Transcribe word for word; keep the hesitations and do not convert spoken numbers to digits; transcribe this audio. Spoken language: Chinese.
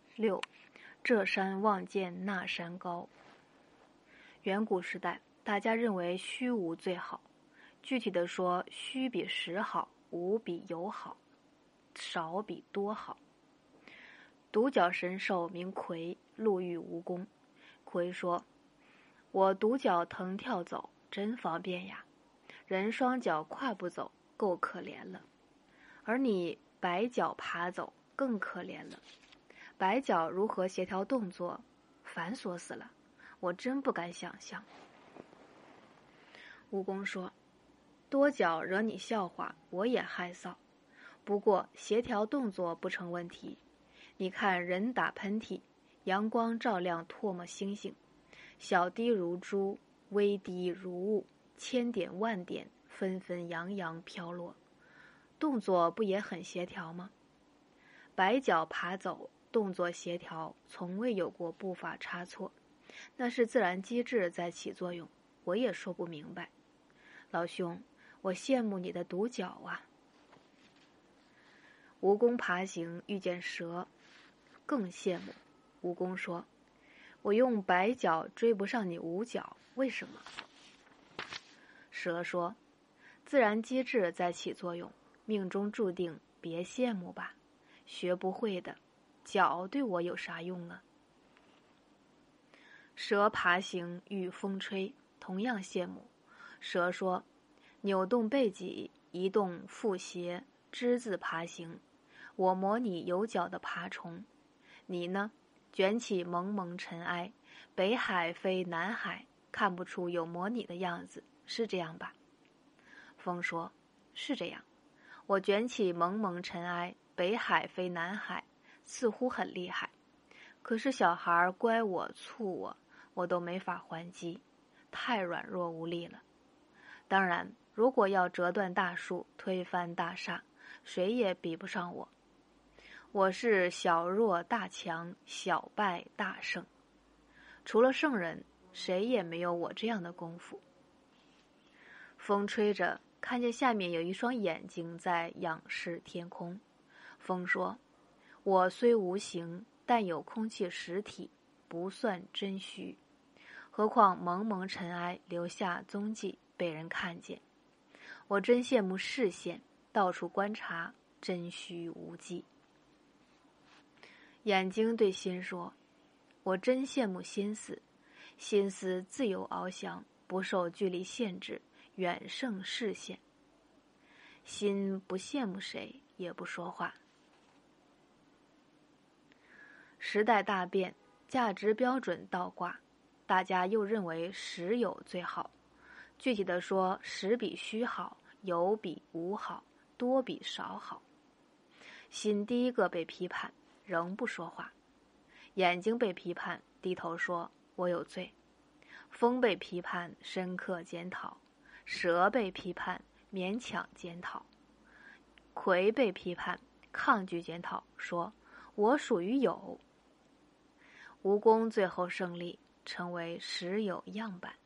六，这山望见那山高。远古时代，大家认为虚无最好。具体的说，虚比实好，无比有好，少比多好。独角神兽名魁，路遇蜈蚣。魁说：“我独角腾跳走，真方便呀！人双脚跨步走，够可怜了。而你白脚爬走，更可怜了。白脚如何协调动作，繁琐死了，我真不敢想象。”蜈蚣说：“多脚惹你笑话，我也害臊。不过协调动作不成问题。你看人打喷嚏，阳光照亮唾沫星星，小滴如珠，微滴如雾，千点万点，纷纷扬扬飘落，动作不也很协调吗？白脚爬走，动作协调，从未有过步伐差错，那是自然机制在起作用，我也说不明白。老兄，我羡慕你的独角啊。”蜈蚣爬行遇见蛇，更羡慕。蜈蚣说：“我用白脚追不上你五脚，为什么？”蛇说：“自然机制在起作用，命中注定，别羡慕吧。学不会的，脚对我有啥用啊？”蛇爬行遇风吹，同样羡慕。蛇说：“扭动背脊，移动腹斜，之字爬行。我模拟有脚的爬虫，你呢？卷起蒙蒙尘埃，北海飞南海，看不出有模拟的样子，是这样吧？”风说：“是这样。我卷起蒙蒙尘埃，北海飞南海，似乎很厉害。可是小孩乖我促我，我都没法还击，太软弱无力了。当然，如果要折断大树，推翻大厦，谁也比不上我。我是小弱大强，小败大胜。除了圣人，谁也没有我这样的功夫。”风吹着，看见下面有一双眼睛在仰视天空。风说：“我虽无形，但有空气实体，不算真虚。何况蒙蒙尘埃留下踪迹，被人看见。我真羡慕视线，到处观察，真虚无迹。”眼睛对心说：“我真羡慕心思，心思自由翱翔，不受距离限制，远胜视线。”心不羡慕谁，也不说话。时代大变，价值标准倒挂，大家又认为实有最好。具体的说，实比虚好，有比无好，多比少好。心第一个被批判，仍不说话。眼睛被批判，低头说：“我有罪。”风被批判，深刻检讨；蛇被批判，勉强检讨；魁被批判，抗拒检讨，说：“我属于有。”蜈蚣最后胜利，成为实有样板。